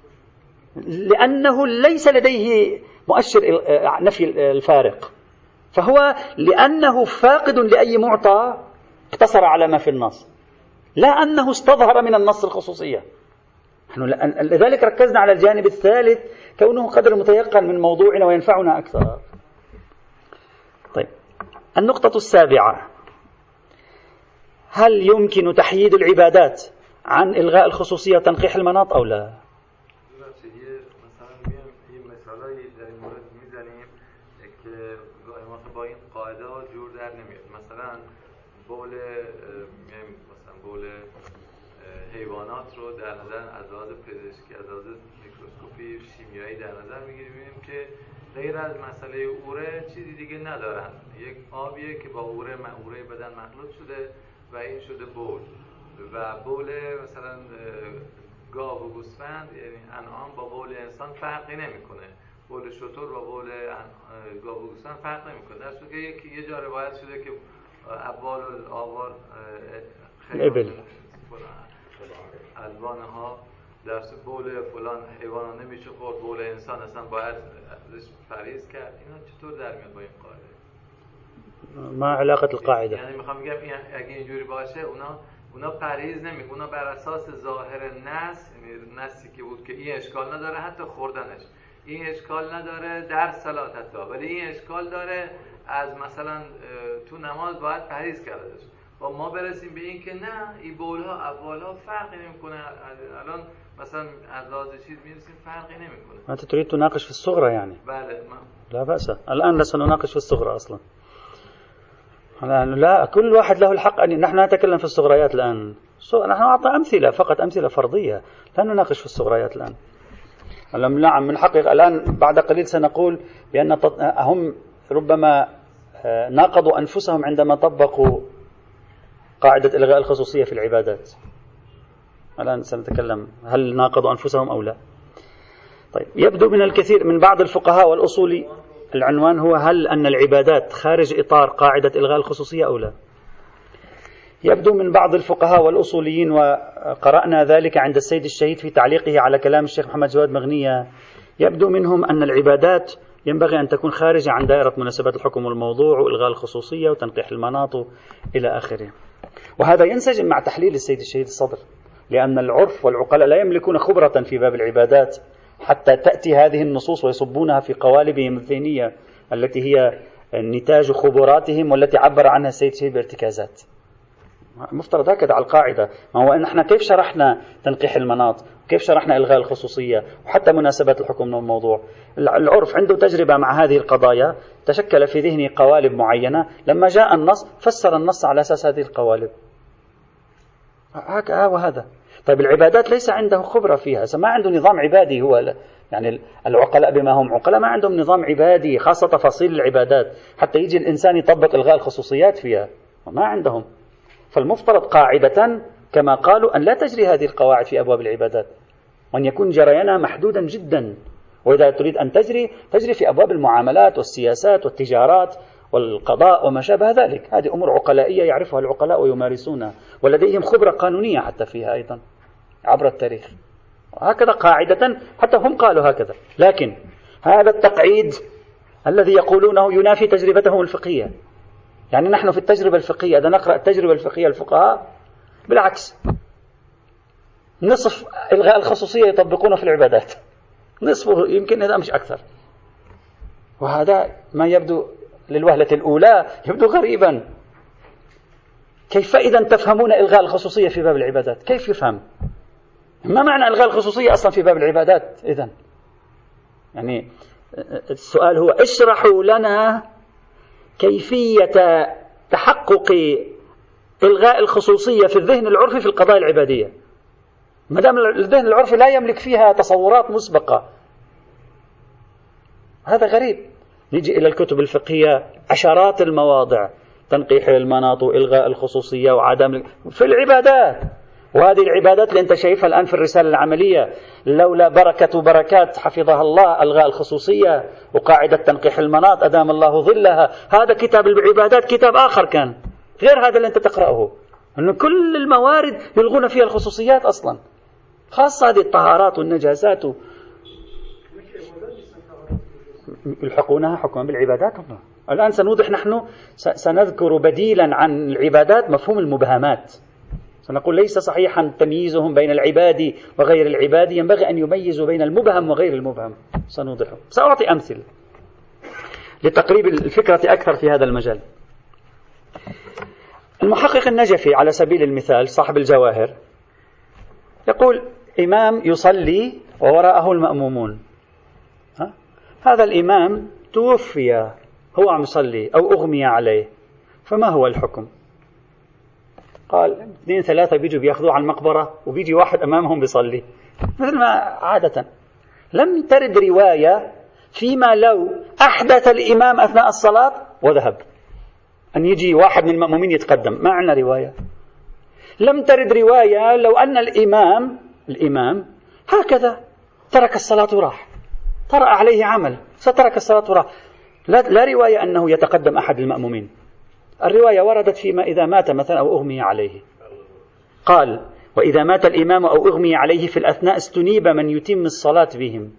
S1: لأنه ليس لديه مؤشر نفي الفارق، فهو لأنه فاقد لأي معطى اقتصر على ما في النص، لا أنه استظهر من النص الخصوصية. نحن لذلك ركزنا على الجانب الثالث كونه قدر متيقن من موضوعنا وينفعنا أكثر. طيب النقطة السابعة: هل يمكن تحييد العبادات عن إلغاء الخصوصية وتنقيح المناط أو لا؟
S2: بول مثلا بول حیوانات رو در نظر از لحاظ پزشکی، از لحاظ میکروسکوپی شیمیایی در نظر میگیریم، میبینیم که غیر از مسئله اوره چیزی دیگه ندارن. یک آبیه که با اوره اوره بدن مخلوط شده و این شده بول. و بول مثلا گاو و گوسفند یعنی انعام با بول انسان فرقی نمیکنه. بول شتر با بول گاو و گوسفند فرق نمیکنه. در صورتی که یکی یه جا روایت شده که ابوال آوار
S1: الابل
S2: الوان ها در بول فلان حیوان نمیشه خورد، بول انسان اصلا باید ازش پرهیز کرد. اینا چطور در میاد با این قاعده؟
S1: ما علاقه القاعده؟
S2: یعنی میخوام بگم این اگه اینجوری باشه اونا اونا پرهیز نمیکنن، اونا بر اساس ظاهر نص، یعنی نصی که بود که این اشکال نداره حتی خوردنش، این اشکال نداره در صلات حتی، ولی این اشکال داره از مثلا تو نماز باید پرهیز کردش. با ما برسیم به این که نه، این بولها ابوالها فرقی نمیکنه. الان مثلا از لحاظ چیز میرسیم فرقی نمیکنه.
S1: انت تريد تناقش في الصغرى يعني؟
S2: بله ما.
S1: لا بأس، الآن سنناقش في الصغرى أصلا. لا، كل واحد له الحق أن نحن نتكلم في الصغريات الآن. نحن نعطي أمثلة فقط، أمثلة فرضية، لا نناقش في الصغريات الآن. نعم من حقق الآن بعد قليل سنقول بأن هم ربما ناقضوا أنفسهم عندما طبقوا قاعدة إلغاء الخصوصية في العبادات. الآن سنتكلم هل ناقضوا أنفسهم أو لا. طيب، يبدو من الكثير من بعض الفقهاء والأصولي العنوان هو هل أن العبادات خارج إطار قاعدة إلغاء الخصوصية أو لا. يبدو من بعض الفقهاء والأصوليين، وقرأنا ذلك عند السيد الشهيد في تعليقه على كلام الشيخ محمد جواد مغنية، يبدو منهم أن العبادات ينبغي أن تكون خارجة عن دائرة مناسبات الحكم والموضوع وإلغاء الخصوصية وتنقيح المناط إلى آخره. وهذا ينسجم مع تحليل السيد الشهيد الصدر، لأن العرف والعقلاء لا يملكون خبرة في باب العبادات حتى تأتي هذه النصوص ويصبونها في قوالبهم الذهنية التي هي نتاج خبراتهم والتي عبر عنها السيد الشهيد بارتكازات. مفترض هكذا على القاعدة. ما هو نحن كيف شرحنا تنقيح المناط، كيف شرحنا إلغاء الخصوصية وحتى مناسبات الحكم والموضوع. العرف عنده تجربة مع هذه القضايا، تشكل في ذهنه قوالب معينة، لما جاء النص فسر النص على أساس هذه القوالب. هكذا وهذا. طيب العبادات ليس عنده خبرة فيها، ما عنده نظام عبادي. هو يعني العقلاء بما هم عقلاء ما عندهم نظام عبادي، خاصة تفاصيل العبادات حتى يجي الإنسان يطبق إلغاء الخصوصيات فيها، ما عندهم. فالمفترض قاعدة كما قالوا أن لا تجري هذه القواعد في أبواب العبادات، وأن يكون جريانها محدودا جدا. وإذا تريد أن تجري تجري في أبواب المعاملات والسياسات والتجارات والقضاء وما شابه ذلك. هذه أمور عقلائية يعرفها العقلاء ويمارسونها، ولديهم خبرة قانونية حتى فيها أيضا عبر التاريخ. هكذا قاعدة حتى هم قالوا هكذا. لكن هذا التقعيد الذي يقولونه ينافي تجربتهم الفقهية. يعني نحن في التجربة الفقهية إذا نقرأ التجربة الفقهية الفقهاء بالعكس، نصف إلغاء الخصوصية يطبقونه في العبادات، نصفه يمكن إذا مش أكثر. وهذا ما يبدو للوهلة الأولى يبدو غريبا. كيف إذا تفهمون إلغاء الخصوصية في باب العبادات؟ كيف يفهم؟ ما معنى إلغاء الخصوصية أصلا في باب العبادات إذن؟ يعني السؤال هو اشرحوا لنا كيفية تحقق إلغاء الخصوصية في الذهن العرفي في القضايا العبادية، ما دام الذهن العرفي لا يملك فيها تصورات مسبقة. هذا غريب. نجي إلى الكتب الفقهية عشرات المواضع، تنقيح المناط وإلغاء الخصوصية وعدم في العبادات. وهذه العبادات اللي أنت شايفها الآن في الرسالة العملية لولا بركة بركات حفظها الله ألغاء الخصوصية وقاعدة تنقيح المناط أدام الله ظلها. هذا كتاب العبادات كتاب آخر كان غير هذا اللي أنت تقرأه، أنه كل الموارد يلغون فيها الخصوصيات أصلا، خاصة هذه الطهارات والنجاسات و... يلحقونها حكما بالعبادات. الآن سنوضح نحن سنذكر بديلا عن العبادات مفهوم المبهمات. سنقول ليس صحيحا تمييزهم بين العباد وغير العباد، ينبغي أن يميزوا بين المبهم وغير المبهم. سنوضحه. سأعطي أمثلة لتقريب الفكرة أكثر في هذا المجال. المحقق النجفي على سبيل المثال صاحب الجواهر يقول إمام يصلي ووراءه المأمومون، ها؟ هذا الإمام توفي هو عم يصلي أو أغمي عليه، فما هو الحكم؟ قال اثنين ثلاثة بيجوا بياخذوه على المقبرة وبيجي واحد أمامهم بيصلي مثل ما عادة. لم ترد رواية فيما لو أحدث الإمام أثناء الصلاة وذهب أن يجي واحد من المأمومين يتقدم، ما عندنا رواية. لم ترد رواية لو أن الإمام الإمام هكذا ترك الصلاة وراح، طرأ عليه عمل سترك الصلاة وراح. لا, لا رواية أنه يتقدم أحد المأمومين. الرواية وردت فيما إذا مات مثلا أو أغمي عليه، قال وإذا مات الإمام أو أغمي عليه في الأثناء استنيب من يتم الصلاة بهم،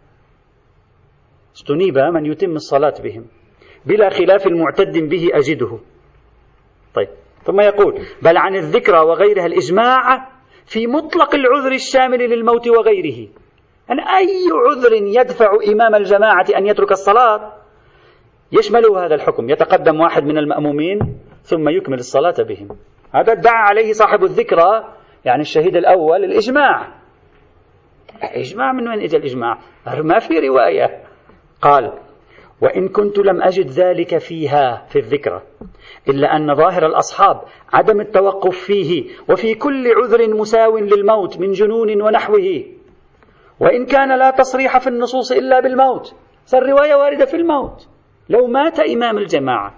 S1: استنيب من يتم الصلاة بهم بلا خلاف معتد به أجده. طيب ثم يقول بل عن الذكرى وغيرها الإجماع في مطلق العذر الشامل للموت وغيره، أن أي عذر يدفع إمام الجماعة أن يترك الصلاة يشمله هذا الحكم، يتقدم واحد من المأمومين ثم يكمل الصلاة بهم. هذا ادعى عليه صاحب الذكرى يعني الشهيد الأول الإجماع. إجماع من وين إجا الإجماع؟ ما في رواية. قال وإن كنت لم أجد ذلك فيها في الذكرى إلا أن ظاهر الأصحاب عدم التوقف فيه وفي كل عذر مساو للموت من جنون ونحوه، وإن كان لا تصريح في النصوص إلا بالموت. فالرواية واردة في الموت. لو مات إمام الجماعة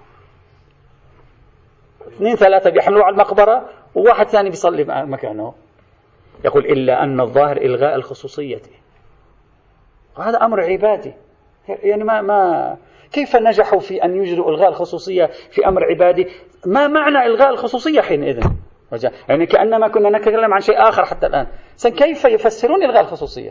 S1: اثنين ثلاثة بيحملوا على المقبرة وواحد ثاني بيصلي مكانه، يقول إلا أن الظاهر إلغاء الخصوصية، وهذا أمر عبادي. يعني ما ما كيف نجحوا في أن يجروا إلغاء الخصوصية في أمر عبادي؟ ما معنى إلغاء الخصوصية حينئذ؟ يعني كأنما كنا نتكلم عن شيء آخر حتى الآن. كيف يفسرون إلغاء الخصوصية؟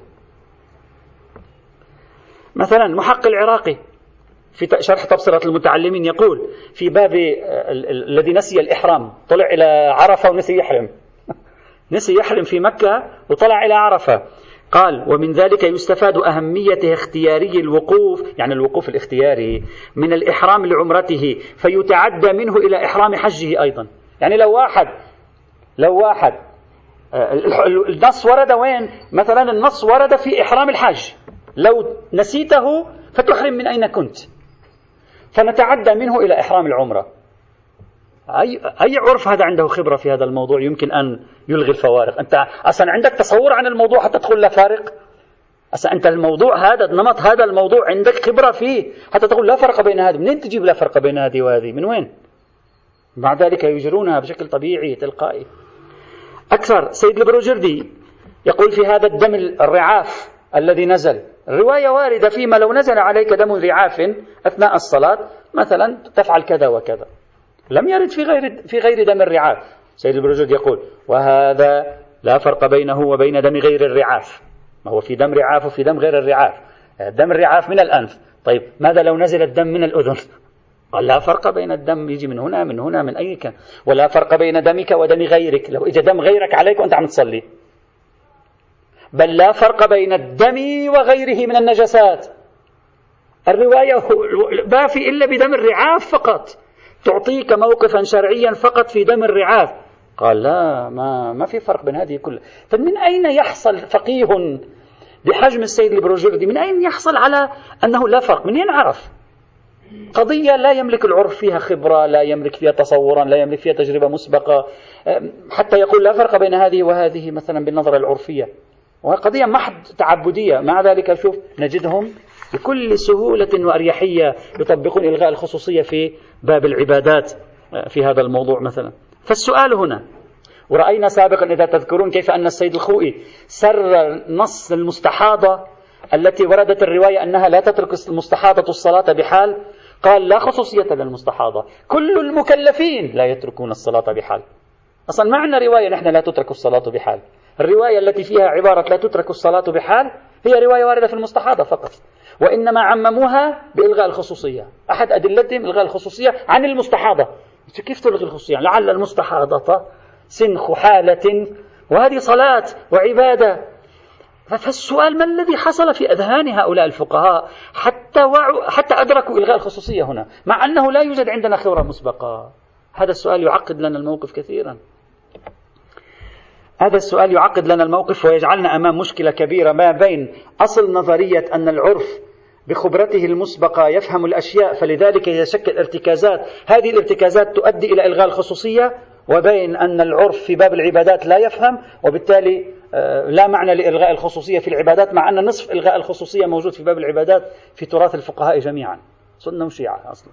S1: مثلا محق العراقي في شرح تبصرة المتعلمين يقول في باب الذي نسي الإحرام، طلع إلى عرفة ونسي يحرم نسي يحرم في مكة وطلع إلى عرفة، قال ومن ذلك يستفاد أهمية اختياري الوقوف، يعني الوقوف الاختياري من الإحرام لعمرته، فيتعدى منه إلى إحرام حجه أيضا. يعني لو واحد لو واحد النص ورد وين؟ مثلا النص ورد في إحرام الحج، لو نسيته فتحرم من أين كنت، فنتعدى منه إلى إحرام العمرة. أي أي عرف هذا عنده خبرة في هذا الموضوع يمكن أن يلغي الفوارق؟ أنت أصلا عندك تصور عن الموضوع حتى تقول لا فارق؟ أصلا أنت الموضوع هذا النمط هذا الموضوع عندك خبرة فيه حتى تقول لا فرق بين هذه. منين تجيب لا فرق بين هذه وهذه؟ من وين؟ مع ذلك يجرونها بشكل طبيعي تلقائي. أكثر سيد البروجردي يقول في هذا الدم الرعاف الذي نزل، الرواية واردة فيما لو نزل عليك دم رعاف أثناء الصلاة مثلا تفعل كذا وكذا، لم يرد في غير في غير دم الرعاف. سيد البروجرد يقول وهذا لا فرق بينه وبين دم غير الرعاف، ما هو في دم رعاف وفي دم غير الرعاف. دم الرعاف من الأنف، طيب ماذا لو نزل الدم من الأذن؟ قال لا فرق بين الدم يجي من هنا من هنا من أي كان، ولا فرق بين دمك ودم غيرك لو إجا دم غيرك عليك وأنت عم تصلي، بل لا فرق بين الدم وغيره من النجسات. الرواية ما في إلا بدم الرعاف فقط، تعطيك موقفا شرعيا فقط في دم الرعاف. قال لا ما ما في فرق بين هذه كلها. فمن أين يحصل فقيه بحجم السيد البروجردي من أين يحصل على أنه لا فرق؟ من ينعرف قضية لا يملك العرف فيها خبرة، لا يملك فيها تصورا، لا يملك فيها تجربة مسبقة، حتى يقول لا فرق بين هذه وهذه مثلا بالنظرة العرفية، وهي قضية محض تعبدية. مع ذلك شوف نجدهم بكل سهولة وأريحية يطبقون إلغاء الخصوصية في باب العبادات في هذا الموضوع مثلا. فالسؤال هنا، ورأينا سابقا إذا تذكرون كيف أن السيد الخوئي سر نص المستحاضة التي وردت الرواية أنها لا تترك المستحاضة الصلاة بحال، قال لا خصوصية للمستحاضة، كل المكلفين لا يتركون الصلاة بحال. أصلا معنى رواية نحن لا تترك الصلاة بحال، الرواية التي فيها عبارة لا تترك الصلاة بحال هي رواية واردة في المستحاضة فقط، وإنما عمموها بإلغاء الخصوصية. أحد أدلتهم إلغاء الخصوصية عن المستحاضة. كيف تلغي الخصوصية؟ لعل المستحاضة سنخ حالة وهذه صلاة وعبادة. فالسؤال ما الذي حصل في أذهان هؤلاء الفقهاء حتى وعوا حتى أدركوا إلغاء الخصوصية هنا، مع أنه لا يوجد عندنا خبرة مسبقة؟ هذا السؤال يعقد لنا الموقف كثيرا. هذا السؤال يعقد لنا الموقف ويجعلنا أمام مشكلة كبيرة ما بين أصل نظرية أن العرف بخبرته المسبقة يفهم الأشياء فلذلك يشكل ارتكازات، هذه الارتكازات تؤدي إلى إلغاء الخصوصية، وبين أن العرف في باب العبادات لا يفهم، وبالتالي لا معنى لإلغاء الخصوصية في العبادات، مع أن نصف إلغاء الخصوصية موجود في باب العبادات في تراث الفقهاء جميعا، سنة وشيعة أصلا.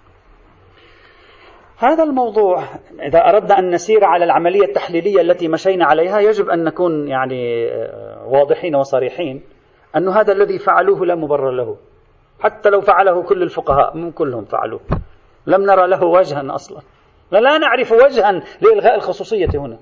S1: هذا الموضوع إذا أردنا أن نسير على العملية التحليلية التي مشينا عليها يجب أن نكون يعني واضحين وصريحين أن هذا الذي فعلوه لا مبرر له، حتى لو فعله كل الفقهاء من كلهم فعلوه، لم نرى له وجها أصلا، لا نعرف وجها لإلغاء الخصوصية هنا.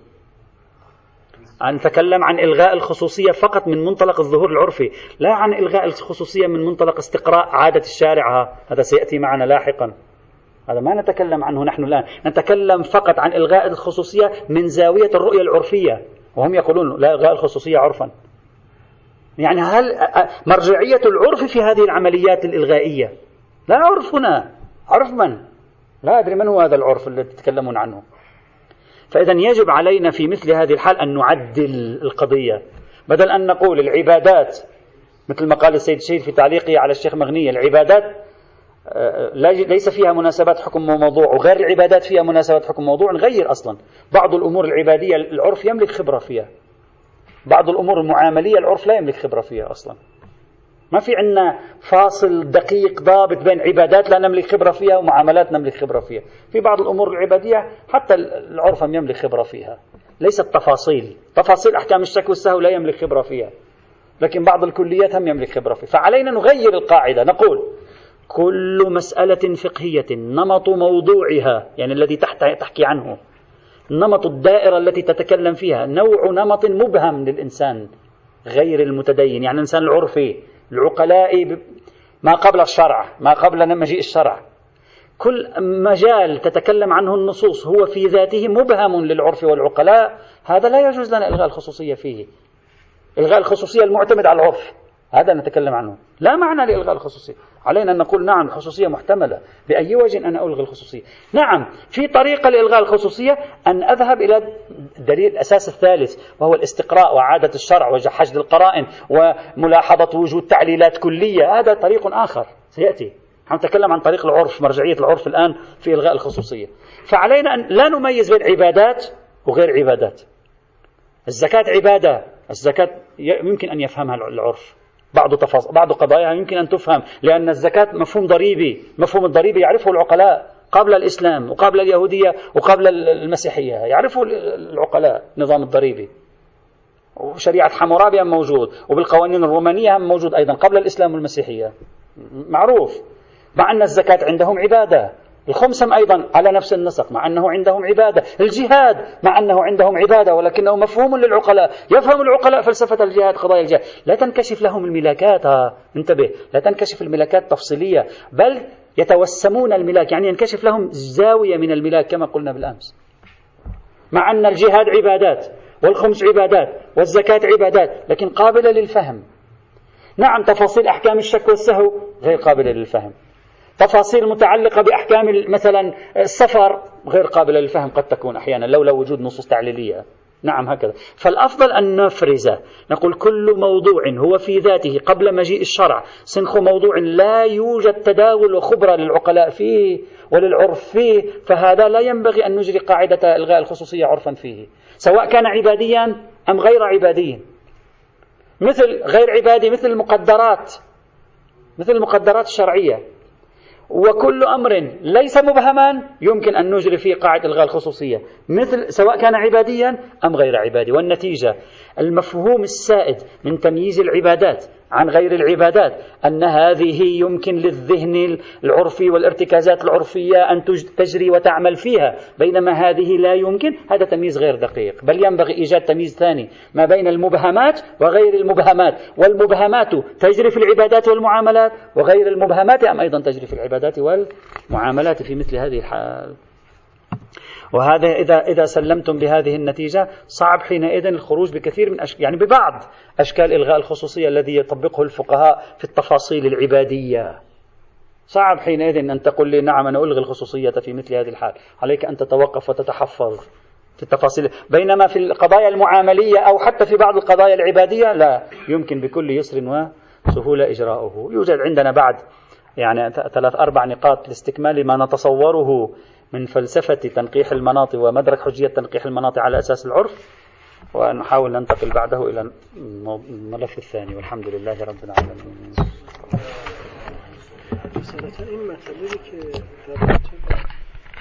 S1: نتكلم عن إلغاء الخصوصية فقط من منطلق الظهور العرفي، لا عن إلغاء الخصوصية من منطلق استقراء عادة الشارع، هذا سيأتي معنا لاحقا، هذا ما نتكلم عنه نحن الآن، نتكلم فقط عن إلغاء الخصوصية من زاوية الرؤية العرفية، وهم يقولون لا إلغاء الخصوصية عرفا. يعني هل مرجعية العرف في هذه العمليات الإلغائية؟ لا عرف هنا، عرف من؟ لا أدري من هو هذا العرف الذي تتكلمون عنه. فإذا يجب علينا في مثل هذه الحال أن نعدل القضية، بدل أن نقول العبادات مثل ما قال السيد الشهيد في تعليقه على الشيخ مغنية، العبادات ليس فيها مناسبات حكم وموضوع، وغير العبادات فيها مناسبات حكم وموضوع، نغير أصلا بعض الأمور العبادية العرف يملك خبرة فيها، بعض الأمور المعاملية العرف لا يملك خبرة فيها أصلا. ما في عندنا فاصل دقيق ضابط بين عبادات لا نملك خبرة فيها ومعاملات نملك خبرة فيها. في بعض الأمور العبادية حتى العرف يملك خبرة فيها، ليست تفاصيل تفاصيل أحكام الشك والسهو لا يملك خبرة فيها، لكن بعض الكليات هم يملك خبرة فيها. فعلينا نغير القاعدة، نقول كل مسألة فقهية نمط موضوعها، يعني الذي تحت تحكي عنه، نمط الدائرة التي تتكلم فيها، نوع نمط مبهم للإنسان غير المتدين، يعني الإنسان العرفي العقلاء ما قبل الشرع، ما قبل مجيء الشرع، كل مجال تتكلم عنه النصوص هو في ذاته مبهم للعرف والعقلاء، هذا لا يجوز لنا إلغاء الخصوصية فيه. إلغاء الخصوصية المعتمد على العرف هذا نتكلم عنه، لا معنى لإلغاء الخصوصية. علينا أن نقول نعم الخصوصية محتملة، بأي وجه أنا ألغي الخصوصية؟ نعم في طريقة لإلغاء الخصوصية، أن أذهب إلى دليل الأساس الثالث وهو الاستقراء وعادة الشرع وحشد القرائن وملاحظة وجود تعليلات كلية، هذا طريق آخر سيأتي. نتكلم عن طريق العرف، مرجعية العرف الآن في إلغاء الخصوصية. فعلينا أن لا نميز بين عبادات وغير عبادات. الزكاة عبادة، الزكاة يمكن أن يفهمها العرف، بعض تفاصيل بعض قضاياها يمكن أن تفهم، لأن الزكاة مفهوم ضريبي، مفهوم الضريبي يعرفه العقلاء قبل الإسلام وقبل اليهودية وقبل المسيحية، يعرفه العقلاء نظام الضريبي، وشريعة حمورابي موجود، وبالقوانين الرومانية موجود أيضا قبل الإسلام والمسيحية، معروف. مع أن الزكاة عندهم عبادة، الخمسم أيضا على نفس النسق مع أنه عندهم عبادة، الجهاد مع أنه عندهم عبادة ولكنه مفهوم للعقلاء، يفهم العقلاء فلسفة الجهاد، قضايا الجهاد، لا تنكشف لهم الملاكات، انتبه، لا تنكشف الملاكات تفصيلية، بل يتوسمون الملاك، يعني ينكشف لهم زاوية من الملاك كما قلنا بالأمس. مع أن الجهاد عبادات والخمس عبادات والزكاة عبادات لكن قابلة للفهم. نعم تفاصيل أحكام الشك والسهو غير قابلة للفهم، تفاصيل متعلقة بأحكام مثلا السفر غير قابلة للفهم قد تكون أحيانا لولا وجود نصوص تعليلية. نعم هكذا. فالأفضل أن نفرز، نقول كل موضوع هو في ذاته قبل مجيء الشرع سنخ موضوع لا يوجد تداول وخبرة للعقلاء فيه وللعرف فيه، فهذا لا ينبغي أن نجري قاعدة إلغاء الخصوصية عرفا فيه، سواء كان عباديا أم غير عبادي. مثل غير عبادي مثل المقدرات، مثل المقدرات الشرعية، وكل أمر ليس مبهما يمكن أن نجري فيه قاعدة إلغاء الخصوصية، مثل سواء كان عباديا أم غير عبادي. والنتيجة المفهوم السائد من تمييز العبادات عن غير العبادات أن هذه يمكن للذهن العرفي والارتكازات العرفية أن تجري وتعمل فيها، بينما هذه لا يمكن. هذا تمييز غير دقيق، بل ينبغي إيجاد تمييز ثاني ما بين المبهمات وغير المبهمات، والمبهمات تجري في العبادات والمعاملات، وغير المبهمات أم أيضا تجري في العبادات والمعاملات في مثل هذه الحال. وهذا إذا إذا سلمتم بهذه النتيجة صعب حينئذ الخروج بكثير من أشكال، يعني ببعض أشكال إلغاء الخصوصية الذي يطبقه الفقهاء في التفاصيل العبادية. صعب حينئذ أن تقول لي نعم أنا ألغي الخصوصية في مثل هذه الحال، عليك أن تتوقف وتتحفظ في التفاصيل. بينما في القضايا المعاملية أو حتى في بعض القضايا العبادية لا يمكن بكل يسر وسهولة إجراؤه. يوجد عندنا بعد يعني ثلاث أربع نقاط لاستكمال ما نتصوره من فلسفة تنقيح المناط ومدرك حجية تنقيح المناط على أساس العرف، ونحاول ننتقل بعده إلى الملف الثاني، والحمد لله رب العالمين.